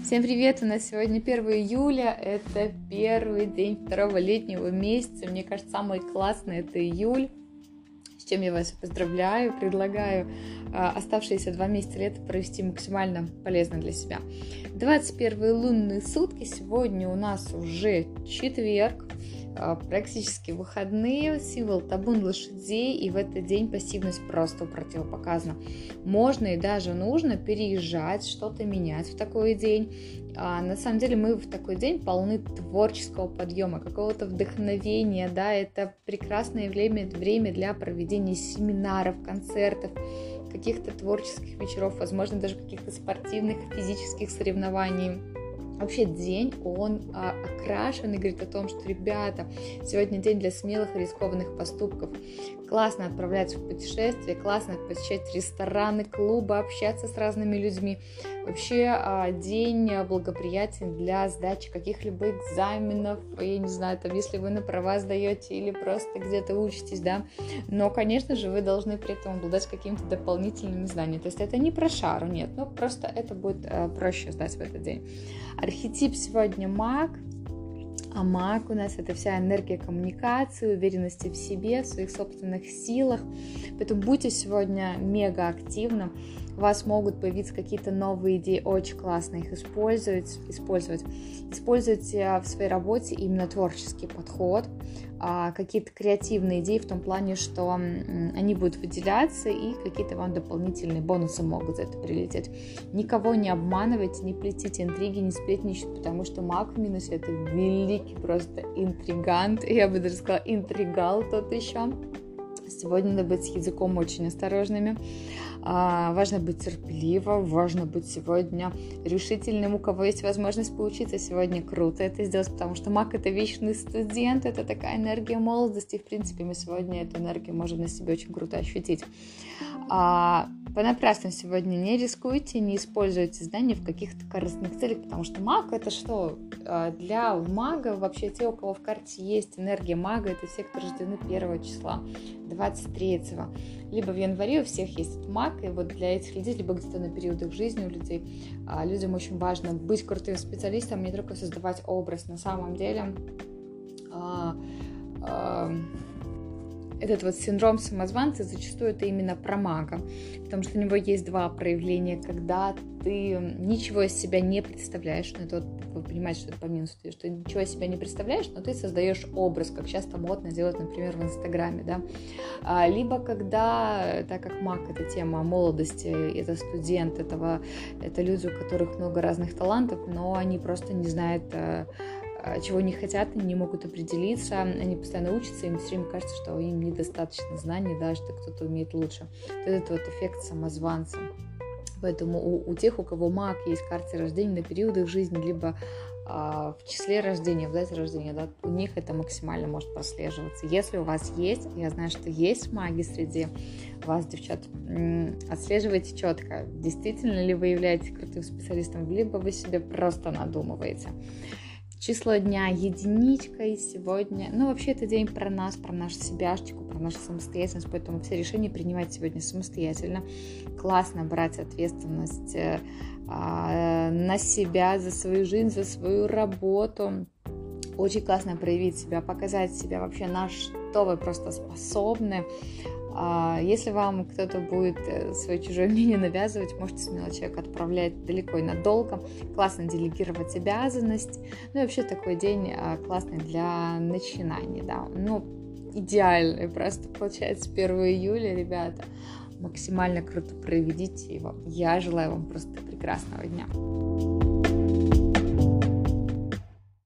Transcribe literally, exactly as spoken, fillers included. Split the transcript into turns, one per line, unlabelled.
Всем привет! У нас сегодня первое июля, это первый день второго летнего месяца. Мне кажется, самый классный это июль, с чем я вас поздравляю. Предлагаю а, оставшиеся два месяца лета провести максимально полезно для себя. двадцать первые лунные сутки, сегодня у нас уже четверг, а, практически выходные, символ табун лошадей, и в этот день пассивность просто противопоказана. Можно и даже нужно переезжать, что-то менять в такой день. А, на самом деле мы в такой день полны творческого подъема, какого-то вдохновения, да, это прекрасное время, время для проведения семинаров, концертов, каких-то творческих вечеров, возможно, даже каких-то спортивных, физических соревнований. Вообще день, он а, окрашен и говорит о том, что, ребята, сегодня день для смелых и рискованных поступков. Классно отправляться в путешествие, классно посещать рестораны, клубы, общаться с разными людьми. Вообще а, день благоприятен для сдачи каких-либо экзаменов, я не знаю, там, если вы на права сдаете или просто где-то учитесь, да. Но, конечно же, вы должны при этом обладать какими-то дополнительными знаниями. То есть это не про шару, нет, но просто это будет а, проще сдать в этот день. Архетип сегодня маг, а маг у нас это вся энергия коммуникации, уверенности в себе, в своих собственных силах. Поэтому будьте сегодня мега активны, у вас могут появиться какие-то новые идеи, очень классно их использовать. использовать. Используйте в своей работе именно творческий подход, какие-то креативные идеи в том плане, что они будут выделяться и какие-то вам дополнительные бонусы могут за это прилететь. Никого не обманывайте, не плетите интриги, не сплетничайте, потому что маг в минусе это великий просто интригант, я бы даже сказала интригал тот еще. Сегодня надо быть с языком очень осторожными. А, важно быть терпеливым, важно быть сегодня решительным. У кого есть возможность поучиться, сегодня круто это сделать, потому что маг — это вечный студент, это такая энергия молодости. В принципе, мы сегодня эту энергию можем на себе очень круто ощутить. А, понапрасну сегодня не рискуйте, не используйте знания в каких-то корыстных целях, потому что маг — это что? Для мага, вообще те, у кого в карте есть энергия мага, это все, кто рождены первого числа, двадцать третьего. Либо в январе у всех есть этот маг, и вот для этих людей, либо где-то на периодах жизни у людей, людям очень важно быть крутым специалистом, не только создавать образ. На самом деле этот вот синдром самозванца зачастую это именно про мага, потому что у него есть два проявления, когда ты ничего из себя не представляешь, ну это вот, вы понимаете, что это по минусу, что ничего из себя не представляешь, но ты создаешь образ, как часто модно делать, например, в Инстаграме, да, а, либо когда, так как маг — это тема молодости, это студент, этого, это люди, у которых много разных талантов, но они просто не знают, чего не хотят, они не могут определиться, они постоянно учатся, им все время кажется, что им недостаточно знаний, да, что кто-то умеет лучше. Вот этот вот эффект самозванца. Поэтому у, у тех, у кого маг есть в карте рождения на периодах жизни, либо а, в числе рождения, в дате рождения, да, у них это максимально может прослеживаться. Если у вас есть, я знаю, что есть маги среди вас, девчат, отслеживайте четко, действительно ли вы являетесь крутым специалистом, либо вы себе просто надумываете. Число дня единичкой сегодня. Ну, вообще, это день про нас, про нашу себяшечку, про нашу самостоятельность, поэтому все решения принимать сегодня самостоятельно. Классно брать ответственность э, на себя, за свою жизнь, за свою работу. Очень классно проявить себя, показать себя вообще, на что вы просто способны. Если вам кто-то будет свое чужое мнение навязывать, можете смело человека отправлять далеко и надолго. Классно делегировать обязанность. Ну и вообще такой день классный для начинаний, да. Ну, идеальный просто получается первое июля, ребята. Максимально круто проведите его. Я желаю вам просто прекрасного дня.